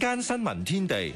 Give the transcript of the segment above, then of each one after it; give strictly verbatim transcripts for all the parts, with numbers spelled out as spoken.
間新聞天地，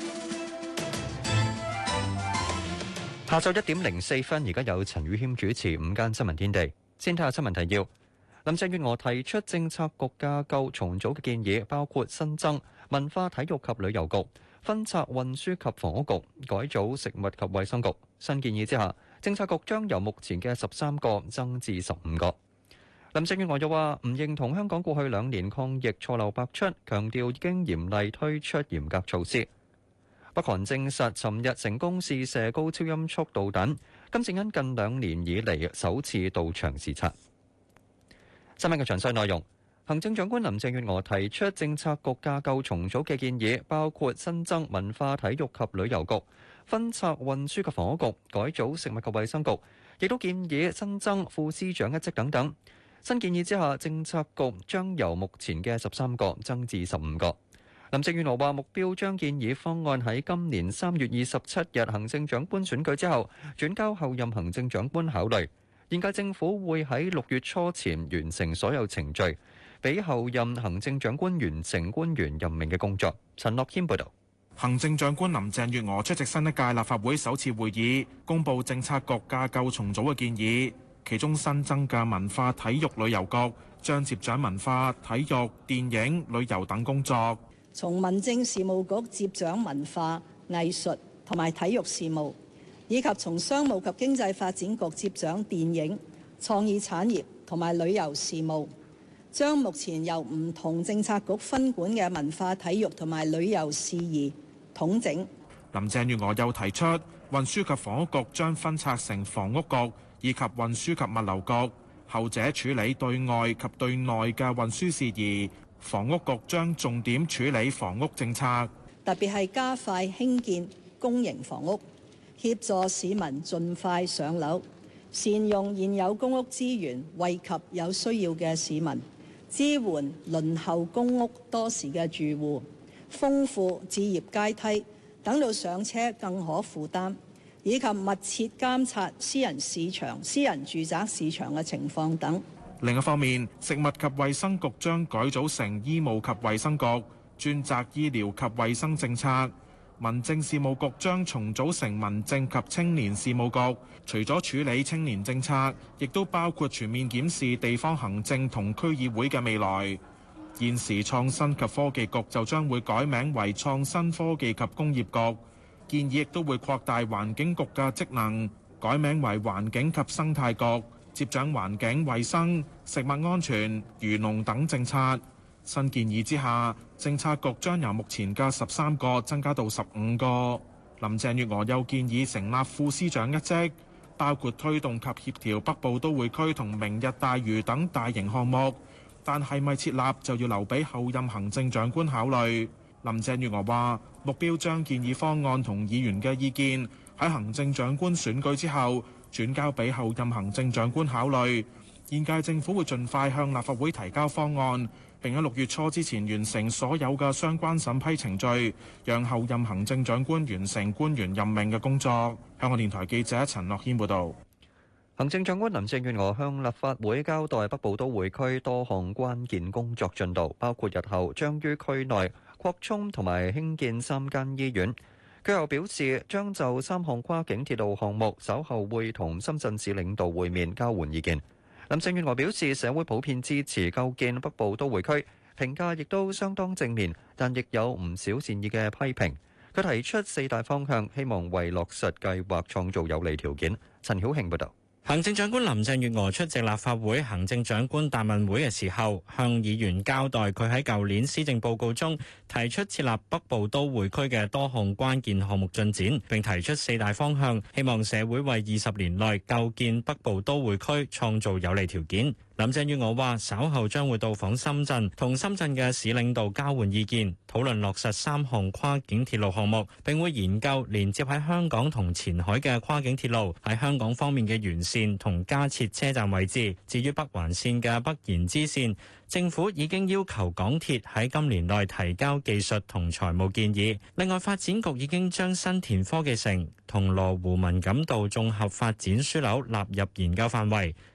下晝一點零四分，而家有陳宇謙主持午間新聞天地。先睇下新聞提要。林鄭月娥提出政策局架構重組嘅建議，包括新增文化體育及旅遊局，分拆運輸及房屋局，改組食物及衛生局。新建議之下，政策局將由目前嘅十三個增至十五個。林鄭月娥又話唔認同香港過去兩年抗疫錯漏百出，強調已經嚴厲推出嚴格措施。北韓證實尋日成功試射高超音速導彈，金正恩近兩年以嚟首次到場視察。新聞嘅詳細內容，行政長官林鄭月娥提出政策局架構重組嘅建議，包括新增文化體育及旅遊局，分拆運輸及房屋局，改組食物及衛生局，亦都建議新增副司長一職等等。新建議之下，政策局將由目前嘅十三個增至十五個。林鄭月娥話目標將建議方案喺今年三月二十七日行政長官選舉之後轉交後任行政長官考慮。現屆政府會喺六月初前完成所有程序，俾後任行政長官完成官員任命嘅工作。陳樂謙報導。 行政長官林鄭月娥出席新一屆立法會首次會議，公布政策局架構重組嘅建議，其中新增嘅文化體育旅遊局將接掌文化、體育、電影、旅遊等工作。 從民政事務局接掌文化、藝術同埋體育事務，以及從商務及經濟發展局接掌電影、創意產業同埋旅遊事務，將目前由唔同政策局分管嘅文化、體育同埋旅遊事宜統整。 林鄭月娥又提出，運輸及房屋局將分拆成房屋局以及運輸及物流局，後者處理對外及對內嘅運輸事宜，房屋局將重點處理房屋政策， 特別係加快興建公營房屋，協助市民盡快上樓，善用現有公屋資源，惠及有需要嘅市民，支援輪候公屋多時嘅住戶，豐富置業階梯，等到上車更可負擔，以及密切監察私人市場、私人住宅市場嘅情況等。 另一方面，食物及衛生局將改組成醫務及衛生局，專責醫療及衛生政策。民政事務局將重組成民政及青年事務局，除咗處理青年政策，亦都包括全面檢視地方行政同區議會嘅未來。現時創新及科技局就將會改名為創新科技及工業局，建議亦都會擴大環境局嘅職能，改名為環境及生態局，接掌環境、衛生、食物安全、漁農等政策。新建議之下，政策局將由目前嘅十三個增加到十五個。林鄭月娥又建議成立副司長一職，包括推動及協調北部都會區同明日大嶼等大型項目，但係咪設立就要留俾後任行政長官考慮。林鄭月娥話目標將建議方案同議員嘅意見喺行政長官選舉之後轉交俾後任行政長官考慮。現屆政府會盡快向立法會提交方案，並喺六月初之前完成所有嘅相關審批程序，讓後任行政長官完成官員任命嘅工作。香港電台記者陳樂軒報導。 行政長官林鄭月娥向立法會交代北部都會區多項關鍵工作進度，包括日後將於區內擴充同埋興建三間醫院。佢又表示，將就三項跨境鐵路項目稍後會同深圳市領導會面交換意見。林鄭月娥表示，社會普遍支持構建北部都會區，評價亦都相當正面，但亦有唔少善意嘅批評。佢提出四大方向，希望為落實計劃創造有利條件。陳曉慶報導。 行政長官林鄭月娥出席立法會行政長官答問會嘅時候，向議員交代佢喺舊年施政報告中提出設立北部都會區嘅多項關鍵項目進展，並提出四大方向，希望社會為二十年內構建北部都會區創造有利條件。林鄭月娥話：稍後將會到訪深圳，同深圳嘅市領導交換意見，討論落實三項跨境鐵路項目，並會研究連接喺香港同前海嘅跨境鐵路喺香港方面嘅完善同加設車站位置。至於北環線嘅北延支線，政府已經要求港鐵喺今年內提交技術同財務建議。另外，發展局已經將新田科技城同羅湖文錦渡綜合發展樞紐納入研究範圍。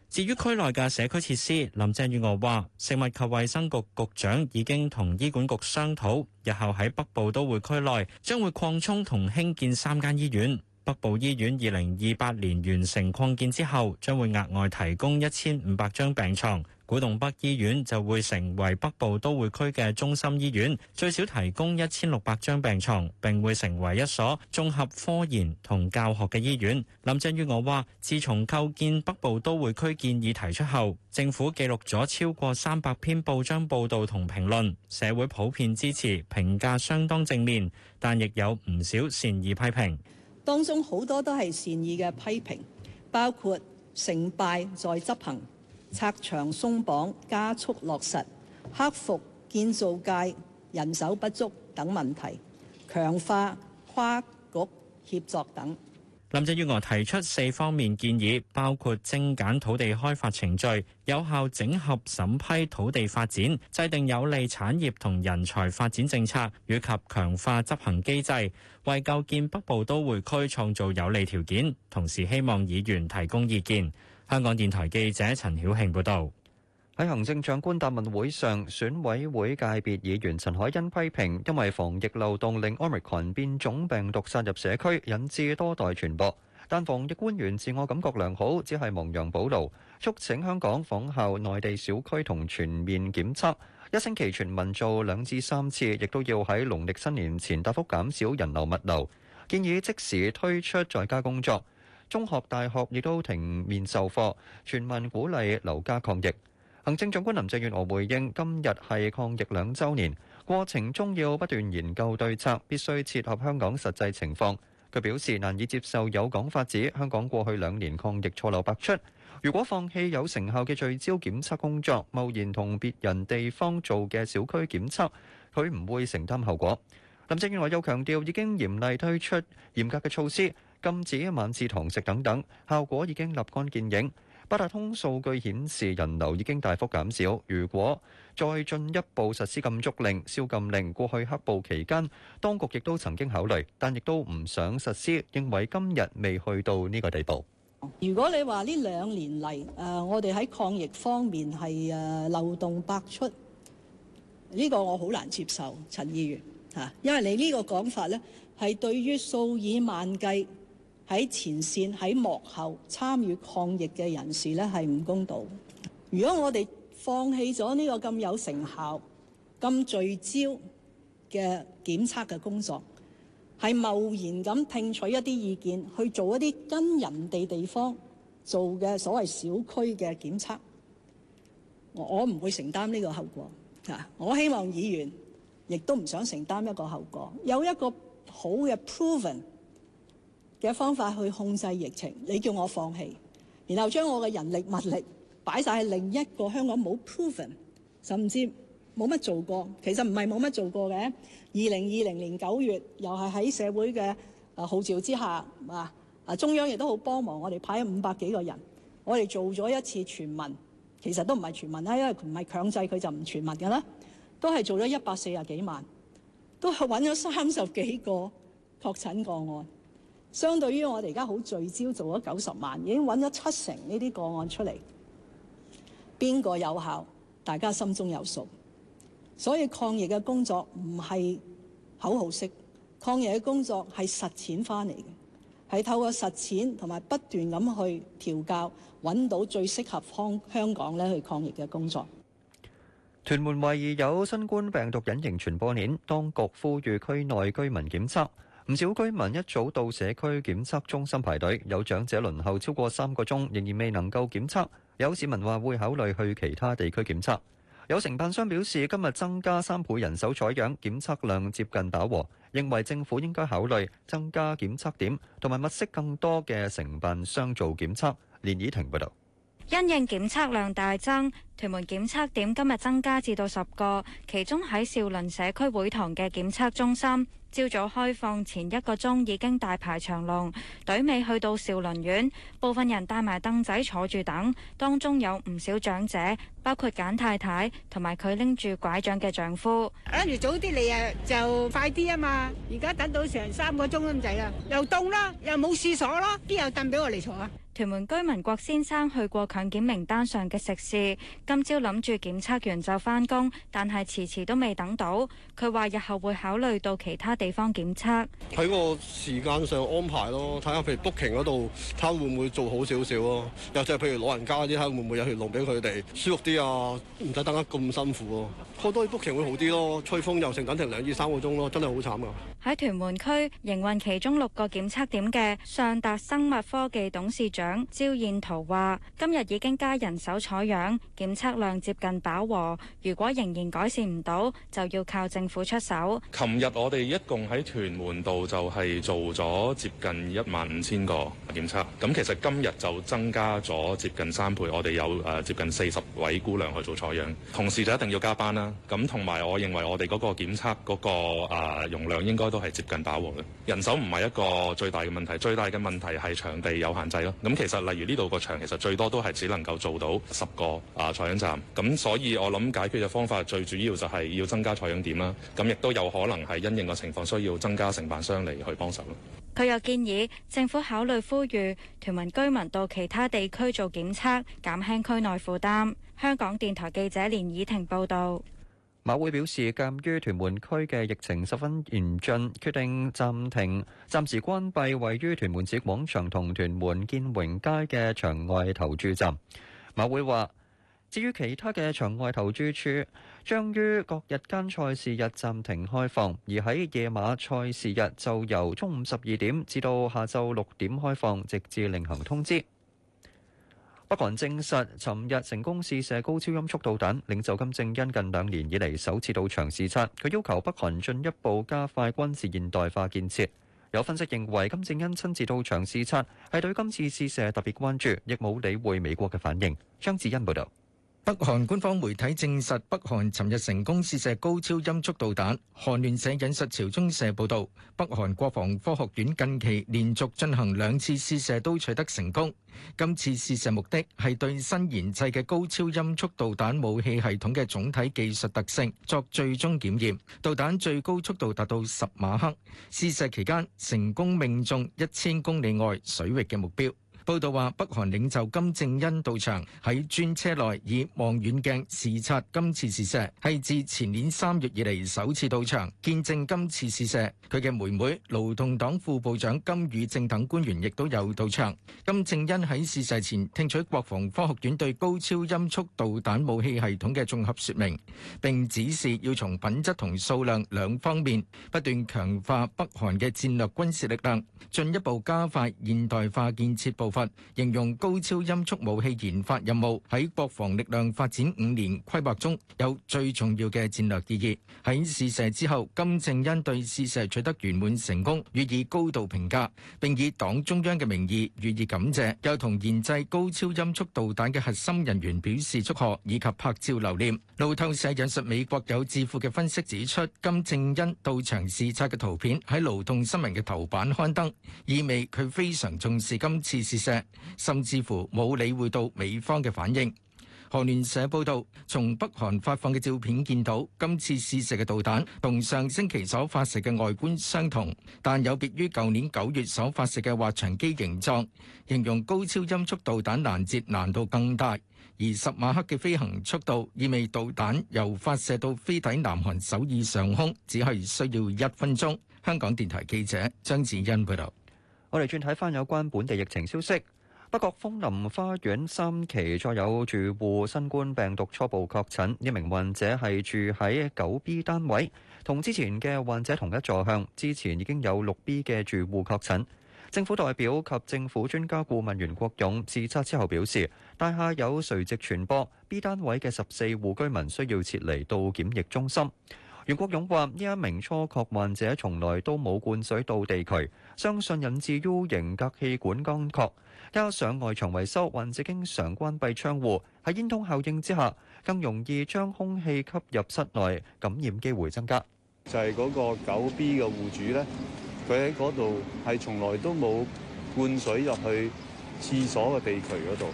至於區內嘅社區設施，林鄭月娥話：食物及衛生局局長已經同醫管局商討，日後喺北部都會區內將會擴充同興建三間醫院。北部醫院二零二八年完成擴建之後，將會額外提供一千五百張病床。古洞北醫院就會成為北部都會區嘅中心醫院，最少提供一千六百張病床，並會成為一所綜合科研同教學嘅醫院。林鄭月娥話：自從構建北部都會區建議提出後，政府記錄咗超過三百篇報章報導同評論，社會普遍支持，評價相當正面，但亦有唔少善意批評。 當中好多都係善意嘅批評，包括成敗在執行、拆牆鬆綁、加速落實、克服建造界人手不足等問題、強化跨局協作等。 林鄭月娥提出四方面建議，包括精簡土地開發程序、有效整合審批土地發展、制定有利產業同人才發展政策，以及強化執行機制，為構建北部都會區創造有利條件。同時希望議員提供意見。香港電台記者陳曉慶報導。 喺行政長官答問會上，選委會界別議員陳凱欣批評，因為防疫漏洞令 Omicron 變種病毒殺入社區，引致多代傳播。但防疫官員自我感覺良好，只係亡羊補牢，促請香港仿效內地小區同全面檢測，一星期全民做兩至三次，亦都要喺農曆新年前大幅減少人流物流。建議即時推出在家工作，中學、大學亦都停面授課，全民鼓勵留家抗疫。行政長官林鄭月娥回應：今日係抗疫兩週年，過程中要不斷研究對策，必須切合香港實際情況。佢表示難以接受有講法指香港過去兩年抗疫錯漏百出，如果放棄有成效嘅聚焦檢測工作，貿然同別人地方做嘅小區檢測，佢唔會承擔後果。林鄭月娥又強調已經嚴厲推出嚴格嘅措施，禁止晚市堂食等等，效果已經立竿見影。八達通數據顯示人流已經大幅減少，如果再進一步實施禁足令、宵禁令，過去黑暴期間，當局亦都曾經考慮，但亦都唔想實施，認為今日未去到呢個地步。 如果你話呢兩年嚟，誒我哋喺抗疫方面係誒漏洞百出，呢個我好難接受，陳議員嚇，因為你呢個講法呢，係對於數以萬計喺前線喺幕後參與抗疫嘅人士呢係唔公道。如果我哋放棄咗呢個咁有成效、咁聚焦嘅檢測嘅工作，係貿然咁聽取一啲意見，去做一啲跟人哋地方做嘅所謂小區嘅檢測，我唔會承擔呢個後果。我希望議員亦都唔想承擔一個後果。有一個好嘅 proven嘅方法去控制疫情，你叫我放棄，然後將我嘅人力物力擺晒喺另一個香港冇 proven， 甚至冇乜做過，其實唔係冇乜做過嘅。二零二零年九月又係喺社會嘅啊號召之下啊，啊中央亦都好幫忙，我哋派咗五百幾個人，我哋做咗一次全民，其實都唔係全民啦，因為唔係強制佢就唔全民㗎啦，都係做咗一百四十幾萬，都係揾咗三十幾個確診個案。相對於我哋而家好聚焦做咗九十萬，已經揾咗七成呢啲個案出嚟，邊個有效？大家心中有數。所以抗疫嘅工作唔係口號式，抗疫嘅工作係實踐翻嚟嘅，係透過實踐同埋不斷咁去調教，揾到最適合香香港咧去抗疫嘅工作。 屯門懷疑有新冠病毒隱形傳播鏈，當局呼籲區內居民檢測。唔少居民一早到社區檢測中心排隊，有長者輪候超過三個鐘，仍然未能夠檢測。有市民話會考慮去其他地區檢測。有承辦商表示，今日增加三倍人手採樣，檢測量接近飽和，認為政府應該考慮增加檢測點，同埋物色更多嘅承辦商做檢測。連以婷報導。 因應檢測量大增，屯門檢測點今日增加至到十個，其中喺兆麟社區會堂嘅檢測中心，朝早開放前一個鐘已經大排長龍，隊尾去到兆麟苑，部分人帶埋凳仔坐住等，當中有唔少長者， 包括簡太太同埋佢拎住拐杖嘅丈夫。 跟住早啲嚟啊，就快啲啊嘛！而家等到成三個鐘咁滯啦，又凍啦，又冇廁所啦，邊有凳俾我嚟坐啊？ 屯門居民郭先生去過強檢名單上嘅食肆，今朝諗住檢測完就返工，但係遲遲都未等到。佢話日後會考慮到其他地方檢測， 睇個時間上安排咯，睇下譬如 booking 嗰度，睇下會唔會做好少少咯。又就係譬如老人家嗰啲，睇下會唔會有條路俾佢哋舒服啲啊，唔使等得咁辛苦咯。好多 booking 會好啲咯，吹風又成等停兩至三個鐘咯，真係好慘噶。 喺屯門區營運其中六個檢測點嘅上達生物科技董事長招彥圖話：今日已經加人手採樣，檢測量接近飽和。如果仍然改善唔到，就要靠政府出手。 琴日我哋一共喺屯門度就係做咗接近一萬五千個檢測，咁其實今日就增加咗接近三倍，我哋有誒接近四十位姑娘去做採樣，同時就一定要加班啦。咁同埋我認為我哋嗰個檢測嗰個誒容量應該都係接近飽和嘅，人手唔係一個最大嘅問題，最大嘅問題係場地有限制咯。咁其實例如呢度個場其實最多都係只能夠做到十個啊採樣站，咁所以我諗解決嘅方法最主要就係要增加採樣點啦。咁亦都有可能係因應個情況需要增加承辦商嚟去幫手咯。 佢又建議政府考慮呼籲屯門居民到其他地區做檢測，減輕區內負擔。香港電台記者連以婷報導。 馬會表示，鑑於屯門區嘅疫情十分嚴峻，決定暫停、暫時關閉位於屯門市廣場同屯門建榮街嘅場外投注站。馬會話，至於其他嘅場外投注處，將於各日間賽事日暫停開放，而喺夜馬賽事日就由中午十二點至到下晝六點開放，直至另行通知。北韓證實，尋日成功試射高超音速導彈。領袖金正恩近兩年以嚟首次到場視察，佢要求北韓進一步加快軍事現代化建設。有分析認為，金正恩親自到場視察係對今次試射特別關注，亦冇理會美國嘅反應。張智恩報導。 北韓官方媒體證實，北韓尋日成功試射高超音速導彈。韓聯社引述朝中社報導，北韓國防科學院近期連續進行兩次試射都取得成功。今次試射目的係對新研製嘅高超音速導彈武器系統嘅總體技術特性作最終檢驗。導彈最高速度達到十馬赫，試射期間成功命中一千公里外水域嘅目標。報道話，北韓領袖金正恩到場喺專車內以望遠鏡視察今次試射，係自前年三月以嚟首次到場見證今次試射。佢嘅妹妹勞動黨副部長金與正等官員亦都有到場。金正恩喺試射前聽取國防科學院對高超音速導彈武器系統嘅綜合說明，並指示要從品質同數量兩方面不斷強化北韓嘅戰略軍事力量，進一步加快現代化建設步伐。形容高超音速武器研發任務喺國防力量發展五年規劃中有最重要嘅戰略意義。喺試射之後，金正恩對試射取得圓滿成功予以高度評價，並以黨中央嘅名義予以感謝，又同研製高超音速導彈嘅核心人員表示祝賀以及拍照留念。路透社引述美國有智庫嘅分析指出，金正恩到場視察嘅圖片喺勞動新聞嘅頭版刊登，意味佢非常重視今次試射，甚至乎冇理會到美方嘅反應。韓聯社報導，從北韓發放嘅照片見到，今次試射嘅導彈同上星期所發射嘅外觀相同，但有別於舊年九月所發射嘅滑翔機形狀，形容高超音速導彈攔截難度更大。而十馬赫嘅飛行速度意味導彈由發射到飛抵南韓首爾上空，只係需要一分鐘。香港電台記者張子欣報道。 我哋轉睇翻有關本地疫情消息。北角楓林花園三期再有住戶新冠病毒初步確診，一名患者係住喺九 B 單位，同之前嘅患者同一座向，之前已經有六 B 嘅住戶確診。政府代表及政府專家顧問袁國勇視察之後表示，大廈有垂直傳播 ，B 單位嘅十四戶居民需要撤離到檢疫中心。袁國勇話：呢一名初確患者從來都冇灌水到地渠，相信引致 U 型隔氣管乾涸，加上外牆維修，患者經常關閉窗戶，喺煙通效應之下，更容易將空氣吸入室內，感染機會增加。 就係嗰個九 B 嘅戶主咧，佢喺嗰度係從來都冇灌水入去廁所嘅地渠嗰度。咁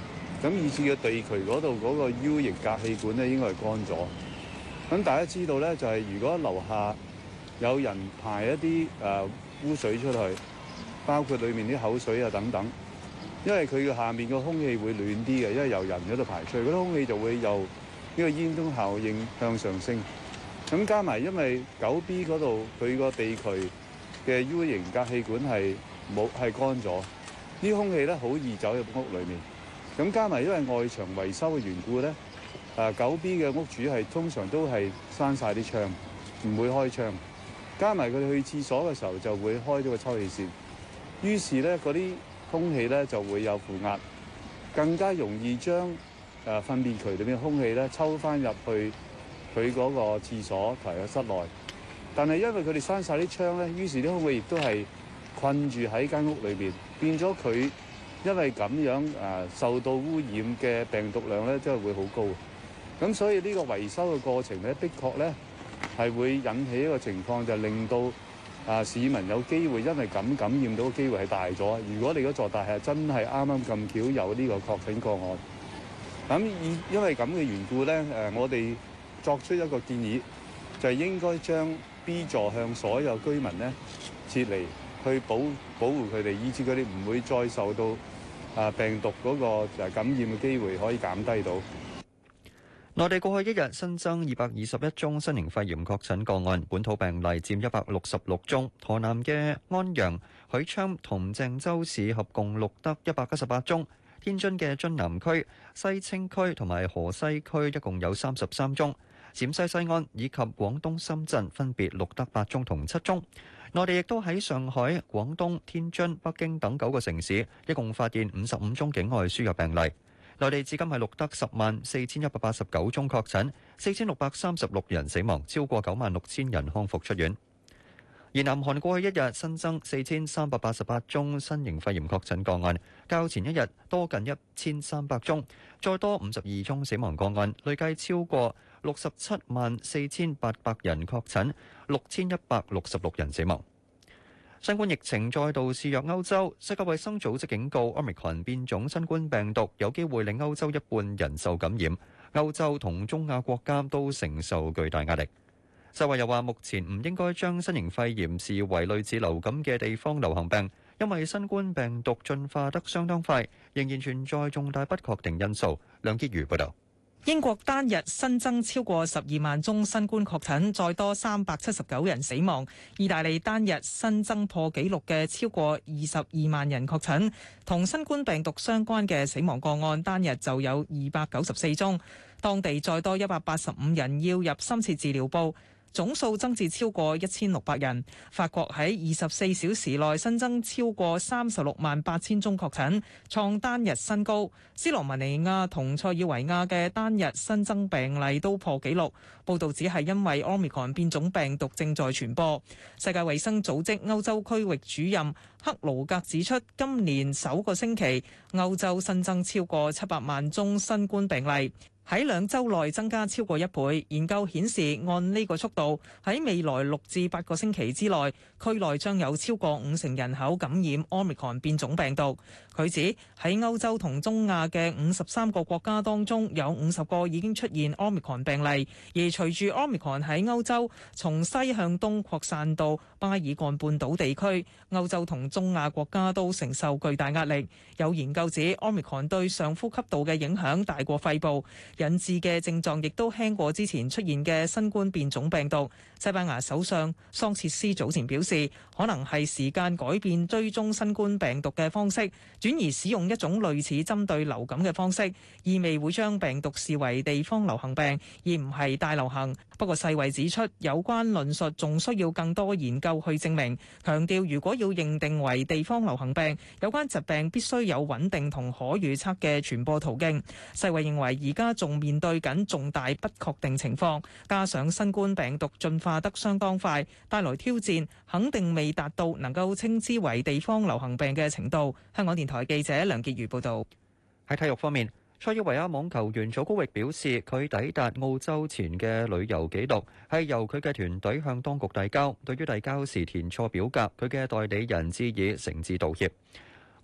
咁以至嘅地渠嗰度嗰個 U 型隔氣管咧應該係乾咗。咁大家知道咧，就係、是、如果樓下有人排一啲誒、呃、污水出去，包括裡面啲口水啊等等，因為佢嘅下面個空氣會暖啲嘅，因為由人嗰度排出去，嗰啲空氣就會由呢個煙囪效應向上升。咁加埋因為九 B 嗰度佢個地渠嘅 U 型隔氣管係冇係乾咗，呢啲空氣咧好易走入屋裡面。咁加埋因為外牆維修嘅緣故咧，誒九 B 嘅屋主係通常都係閂晒啲窗，唔會開窗。加埋佢哋去廁所嘅時候就會開咗個抽氣扇，於是咧嗰啲空氣咧就會有負壓，更加容易將誒糞便渠裏面嘅空氣咧抽翻入去佢嗰個廁所同埋個室內。但係因為佢哋閂晒啲窗咧，於是啲空氣亦都係困住喺間屋裏邊，變咗佢因為咁樣誒受到污染嘅病毒量咧，真係會好高。咁所以呢個維修嘅過程咧，的確咧係會引起一個情況，就係令到啊市民有機會因為咁感染到嘅機會係大咗。如果你嗰座大廈真係啱啱咁巧有呢個確診個案，咁以因為咁嘅緣故咧，誒我哋作出一個建議，就係應該將 B 座向所有居民咧撤離，去保保護佢哋，以致佢哋唔會再受到啊病毒嗰個誒感染嘅機會可以減低到。 內地過去一日新增二百二十一宗新型肺炎確診個案，本土病例佔一百六十六宗。河南嘅安陽、許昌同鄭州市合共錄得一百一十八宗。天津嘅津南區、西青區同埋河西區一共有三十三宗。陝西西安以及廣東深圳分別錄得八宗同七宗。內地亦都喺上海、廣東、天津、北京等九個城市，一共發現五十五宗境外輸入病例。內地至今係錄得十萬四千一百八十九宗確診，四千六百三十六人死亡，超過九萬六千人康復出院。而南韓過去一日新增四千三百八十八宗新型肺炎確診個案，較前一日多近一千三百宗，再多五十二宗死亡個案，累計超過六十七萬四千八百人確診，六千一百六十六人死亡。新冠疫情再度肆虐歐洲，世界衛生組織警告 Omicron 變種新冠病毒有機會令歐洲一半人受感染，歐洲同中亞國家都承受巨大壓力。世衛又話，目前唔應該將新型肺炎視為類似流感嘅地方流行病，因為新冠病毒進化得相當快，仍然存在重大不確定因素。梁潔如報導。 英國單日新增超過十二萬宗新冠確診，再多三百七十九人死亡。意大利單日新增破紀錄嘅超過二十二萬人確診，同新冠病毒相關嘅死亡個案單日就有二百九十四宗。當地再多一百八十五人要入深切治療部，總數增至超過一千六百人。法國喺二十四小時內新增超過三十六萬八千宗確診，創單日新高。斯洛文尼亞同塞爾維亞嘅單日新增病例都破紀錄。報導指係因為 Omicron 變種病毒正在傳播。世界衛生組織歐洲區域主任克魯格指出，今年首個星期歐洲新增超過七百萬宗新冠病例，喺兩週內增加超過一倍。研究顯示，按呢個速度，喺未來六至八個星期之內，區內將有超過五成人口感染 Omicron 變種病毒。佢指喺歐洲同中亞嘅五十三個國家當中，有五十個已經出現 Omicron 病例，而隨住 Omicron 喺歐洲從西向東擴散到巴爾幹半島地區，歐洲同中亞國家都承受巨大壓力。有研究指 Omicron 對上呼吸道嘅影響大過肺部，引致嘅症狀亦都輕過之前出現嘅新冠變種病毒。西班牙首相桑切斯早前表示，可能係時間改變追蹤新冠病毒嘅方式，轉而使用一種類似針對流感嘅方式，意味會將病毒視為地方流行病，而唔係大流行。不過世衛指出，有關論述仲需要更多研究去證明，強調如果要認定為地方流行病，有關疾病必須有穩定同可預測嘅傳播途徑。世衛認為而家仲面對緊重大不確定情況，加上新冠病毒進化得相當快，帶來挑戰，肯定未達到能夠稱之為地方流行病嘅程度。香港電台記者梁潔如報導。 喺體育方面，塞爾維亞網球員祖高域表示，佢抵達澳洲前嘅旅遊記錄係由佢嘅團隊向當局遞交，對於遞交時填錯表格，佢嘅代理人致以誠摯道歉。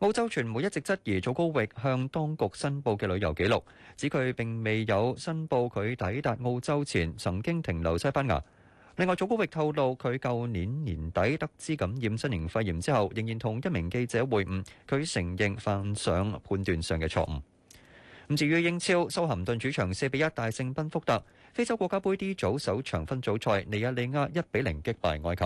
澳洲傳媒一直質疑祖高域向當局申報嘅旅遊記錄，指佢並未有申報佢抵達澳洲前曾經停留西班牙。另外，祖高域透露佢舊年年底得知感染新型肺炎之後，仍然同一名記者會晤，佢承認犯上判斷上嘅錯誤。咁至於英超，修咸頓主場四比一大勝賓福特。非洲國家杯 D 組首場分組賽，尼日利亞一比零擊敗埃及。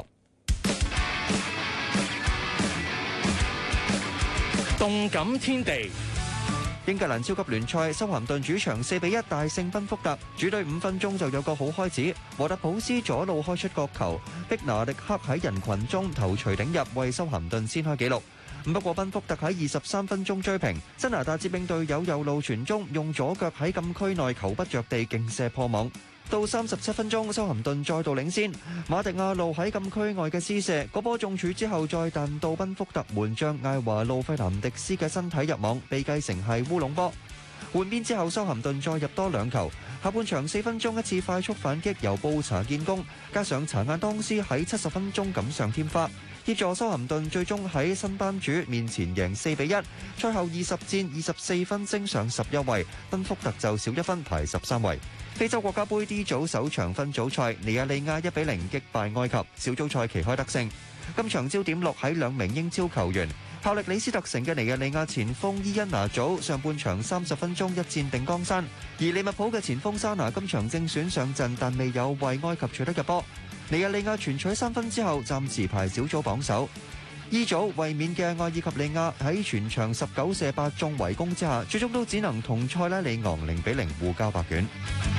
動感天地， 英格蘭超級聯賽，修咸頓主場四比一大勝賓福特，主隊五分鐘就有個好開始，禾特普斯左路開出角球，碧拿力克喺人群中頭槌頂入，為修咸頓先開紀錄。不過賓福特喺二十三分鐘追平，加拿大接應隊友右路傳中，用左腳喺禁區內球不着地勁射破網。到三十七分鐘，修咸頓再度領先，馬迪亞路喺禁區外嘅施射，嗰波中柱之後再彈到賓福特門將艾華路費南迪斯嘅身體入網，被計成係烏龍波。換邊之後，修咸頓再入多兩球。下半場四分鐘一次快速反擊由布查建功，加上查亞當斯喺七十分鐘錦上添花，協助修咸頓最終喺新班主面前贏四比一。賽後二十戰二十四分升上十一位，賓福特就少一分排十三位。非洲國家杯 D 組首場分組賽，尼日利亞一比零擊敗埃及，小組賽旗開得勝。今場焦點落喺兩名英超球員。效力李斯特城嘅尼日利亞前鋒伊恩拿祖上半場三十分鐘一戰定江山，而利物浦嘅前鋒沙拿今場正選上陣，但未有為埃及取得入波。尼日利亞全取三分之後，暫時排小組榜首。E 組衛冕嘅愛爾及利亞喺全場十九射八中圍攻之下，最終都只能同塞拉利昂零比零互交白卷。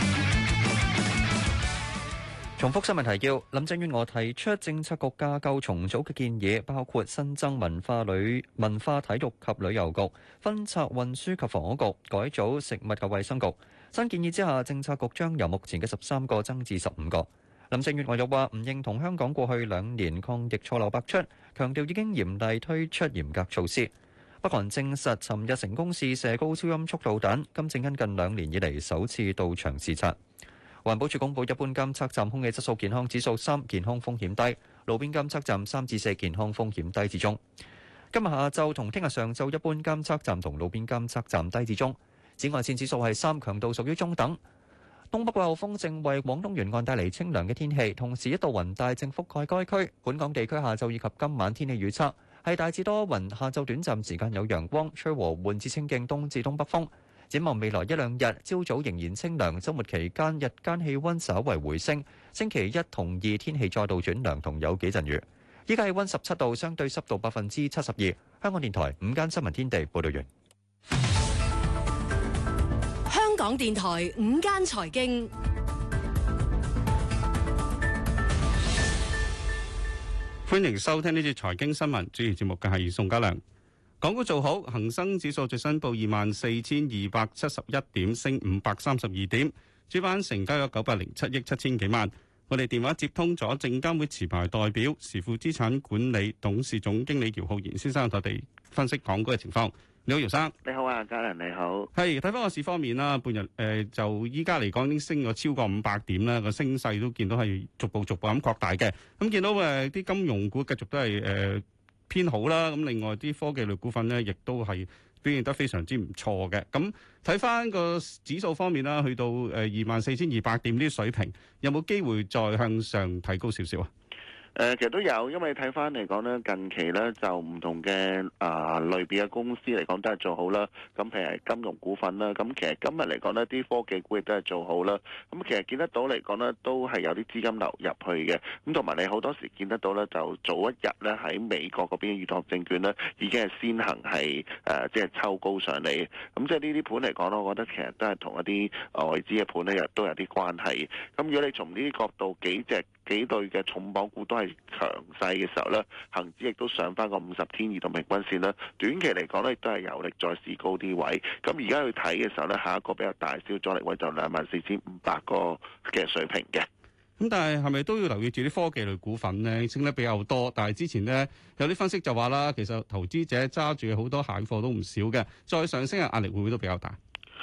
重複新聞提要，林鄭月娥提出政策局架構重組嘅建議，包括新增文化旅、文化體育及旅遊局，分拆運輸及房屋局，改組食物及衛生局。新建議之下，政策局將由目前嘅十三個增至十五個。林鄭月娥又話唔認同香港過去兩年抗疫錯漏百出，強調已經嚴厲推出嚴格措施。北韓證實尋日成功試射高超音速導彈，金正恩近兩年以嚟首次到場視察。環保署公布一般監測站空氣質素健康指數三，健康風險低；路邊監測站三至四，健康風險低至中。今日下晝同聽日上晝一般監測站同路邊監測站低至中。紫外線指數係三，強度屬於中等。東北季候風正為廣東沿岸帶嚟清涼嘅天氣，同時一道雲帶正覆蓋該區。本港地區下晝以及今晚天氣預測係大致多雲，下晝短暫時間有陽光，吹和緩至清勁東至東北風。展望未來一兩日，朝早仍然清涼，週末期間日間氣温稍為回升。星期一同二天氣再度轉涼，同有幾陣雨。依家氣温十七度，相對濕度百分之七十二。香港電台午間新聞天地報道完。 香港電台午間財經， 歡迎收聽呢節財經新聞，主持節目嘅係宋家良。港股做好，恒生指數最新報二萬四千二百七十一點，升五百三十二點，主板成交有九百零七億七千幾萬。我哋電話接通咗證監會持牌代表時富資產管理董事總經理姚浩然先生，同我哋分析港股嘅情況。你好，姚生。 你好啊，家人你好。 係睇翻個市方面啦，半日誒、呃、就依家嚟講已經升咗超過五百點啦，個升勢都見到係逐步逐步咁擴大嘅。咁見到誒啲金融股繼續都係誒。呃偏好啦，咁另外啲科技類股份咧，亦都係表現得非常之唔錯嘅。咁睇翻個指數方面啦，去到誒二萬四千二百點呢啲水平，有冇機會再向上提高少少啊？ 誒、呃，其實都有，因為睇翻嚟講咧，近期咧就唔同嘅啊、呃、類別嘅公司嚟講都係做好啦。咁譬如係金融股份啦，咁其實今日嚟講呢啲科技股亦都係做好啦。咁其實見得到嚟講呢都係有啲資金流入去嘅。咁同埋你好多時見得到咧，就早一日咧喺美國嗰邊嘅預託證券咧，已經係先行係誒即係抽高上嚟。咁即係呢啲盤嚟講咧，我覺得其實都係同一啲外資嘅盤咧，亦都有啲關係。咁如果你從呢啲角度，幾隻幾對嘅重磅股都係強勢嘅時候咧，恆指亦都上翻個五十天移動平均線啦。短期嚟講咧，亦都係有力再試高啲位。咁而家去睇嘅時候咧，下一個比較大小阻力位就兩萬四千五百個嘅水平嘅。 咁但係係咪都要留意住啲科技類股份咧，升得比較多？但係之前咧有啲分析就話啦，其實投資者揸住好多蟹貨都唔少嘅，再上升嘅壓力會唔會都比較大？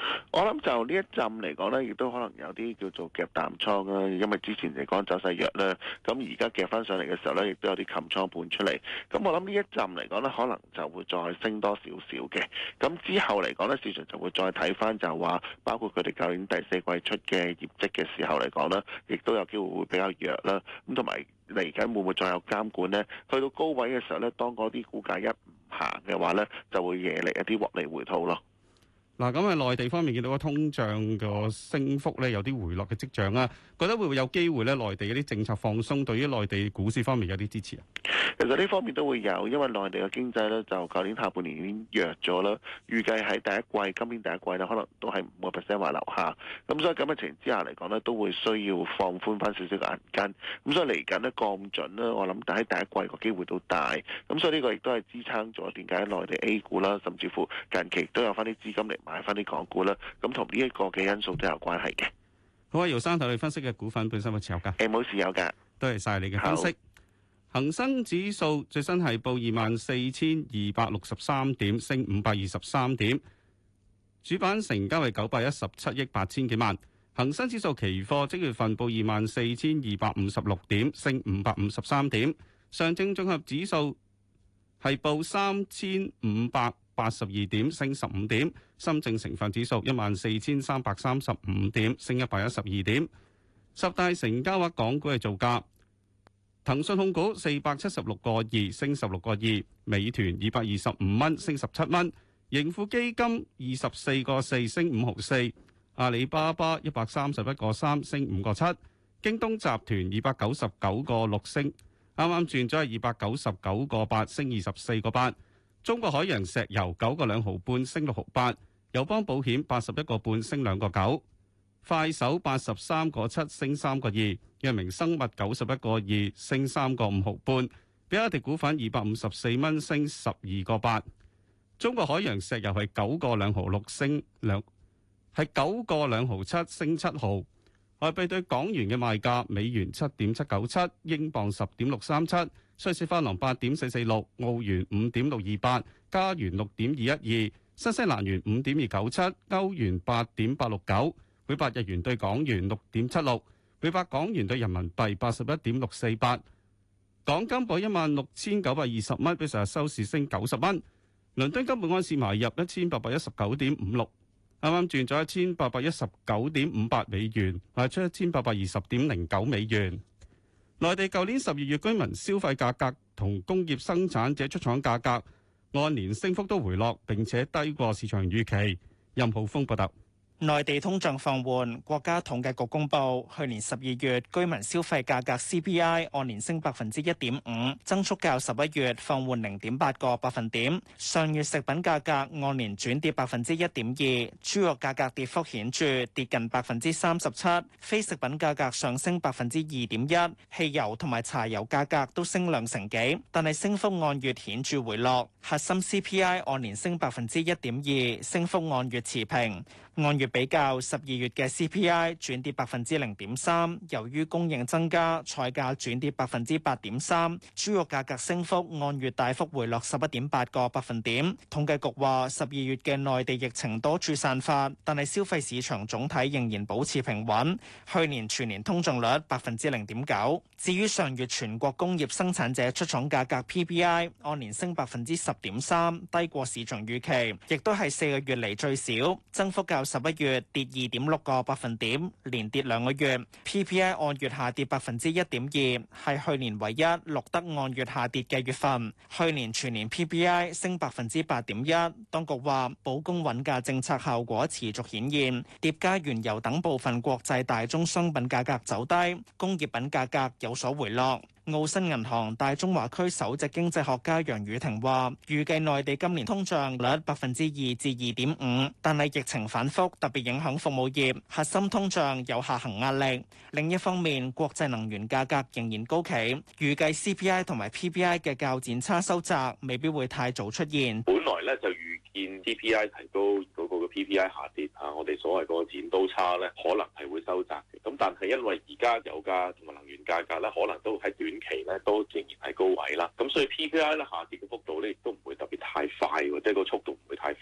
我諗就呢一陣嚟講呢，亦都可能有啲叫做夾淡倉啦，因為之前嚟講走勢弱啦，咁而家夾翻上嚟嘅時候呢，亦都有啲擒倉盤出嚟。咁我諗呢一陣嚟講呢，可能就會再升多少少嘅。咁之後嚟講呢，市場就會再睇翻就話，包括佢哋舊年第四季出嘅業績嘅時候嚟講呢，亦都有機會會比較弱啦。咁同埋嚟緊會唔會再有監管呢？去到高位嘅時候呢，當嗰啲股價一唔行嘅話呢，就會惹嚟一啲獲利回吐咯。 嗱，咁啊，內地方面見到個通脹個升幅咧有啲回落嘅跡象啊，覺得會唔會有機會咧？內地嗰啲政策放鬆對於內地股市方面有啲支持啊？ 其實呢方面都會有，因為內地嘅經濟咧就舊年下半年已經弱咗啦，預計喺第一季、今年第一季咧可能都係五個 percent 或樓下，咁所以咁嘅情形之下嚟講咧，都會需要放寬翻少少嘅銀根，咁所以嚟緊咧降準咧，我諗喺第一季個機會都大，咁所以呢個亦都係支撐咗點解內地 A 股啦，甚至乎近期都有翻啲資金嚟買翻啲港股啦，咁同呢一個嘅因素都有關係嘅。 好啊，姚生同你分析嘅股份本身有冇持有㗎？ 誒冇持有㗎。 多謝晒你嘅分析。恒生指數最新係報二萬四千二百六十三點，升五百二十三點。主板成交係九百一十七億八千幾萬。恒生指數期貨即月份報二萬四千二百五十六點，升五百五十三點。上證綜合指數係報三千五百八十二點，升十五點。深證成分指數一萬四千三百三十五點，升一百一十二點。十大成交額港股嘅造價。騰訊控股四百七十六個二升十六個二，美團二百二十五蚊升十七蚊，盈富基金二十四個四升五毫四，阿里巴巴一百三十一個三升五個七，京東集團二百九十九個六升，啱啱轉咗係二百九十九個八升二十四個八，中國海洋石油九個兩毫半升六毫八，友邦保險八十一個半升兩個九。快手八十三個七升三個二，藥明生物九十一個二升三個五毫半，比亞迪股份二百五十四蚊升十二個八，中國海洋石油係九個兩毫六升兩，係九個兩毫七升七毫。外幣對港元嘅賣價：美元七點七九七，英鎊十點六三七，瑞士法郎八點四四六，澳元五點六二八，加元六點二一二，新西蘭元五點二九七，歐元八點八六九。每百日元對港元六點七六，每百港元對人民幣八十一點六四八。港金報一萬六千九百二十蚊，比上日收市升九十蚊。倫敦金每安士買入一千八百一十九點五六，啱啱轉咗一千八百一十九點五八美元，賣出一千八百二十點零九美元。內地舊年十二月居民消費價格同工業生產者出廠價格按年升幅都回落，並且低過市場預期。任浩峰報道。 內地通脹放緩，國家統計局公布，去年十二月居民消費價格 C P I 按年升百分之一點五，增速較十一月放緩零點八個百分點。上月食品價格按年轉跌百分之一點二，豬肉價格跌幅顯著，跌近百分之三十七，非食品價格上升百分之二點一，汽油同埋柴油價格都升兩成幾，但係升幅按月顯著回落。核心 C P I 按年升百分之一點二，升幅按月持平。按月比較，十二月嘅 C P I 轉跌百分之零點三，由於供應增加，菜價轉跌百分之八點三，豬肉價格升幅按月大幅回落十一點八個百分點。統計局話，十二月嘅內地疫情多處散發，但係消費市場總體仍然保持平穩。去年全年通脹率百分之零點九。至於上月全國工業生產者出廠價格 P P I 按年升百分之十點三，低過市場預期，亦都係四個月嚟最少，增幅較十一月跌二點六個百分點，連跌兩個月。P P I 按月下跌百分之一點二，係去年唯一錄得按月下跌嘅月份。去年全年 P P I 升百分之八點一。當局話保供穩價政策效果持續顯現，疊加原油等部分國際大宗商品價格走低，工業品價格有所回落。澳新銀行大中華區首席經濟學家楊宇霆話，預計內地今年通脹率百分之二至二點五，但係疫情反覆特別影響服務業，核心通脹有下行壓力。另一方面，國際能源價格仍然高企，預計 C P I 同埋 P P I 嘅較剪差收窄，未必會太早出現。 本來咧就預見 C P I 提高，嗰個嘅 P P I 下跌啊，我哋所謂嗰個剪刀差咧，可能係會收窄嘅。咁但係因為而家油價同埋能源價格咧，可能都喺短期咧都仍然係高位啦。咁所以 P P I 咧下跌嘅幅度咧，亦都唔會特別太快喎，即係個速度唔會太快喎。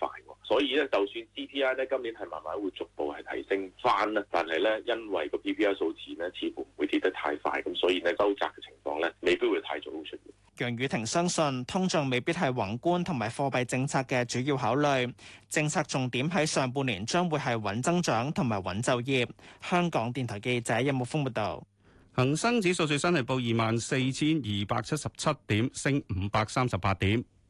所以咧，就算 C P I 咧今年係慢慢會逐步係提升翻啦，但係咧因為個 P P I 數字咧似乎唔會跌得太快，咁所以咧收窄嘅情況咧未必會太早出現。 楊宇霆相信通脹未必係宏觀同埋貨幣政策嘅主要考慮，政策重點喺上半年將會係穩增長同埋穩就業。香港電台記者任木峰報道。 恒生指數最新係報二萬四千二百七十七點，升五百三十八點。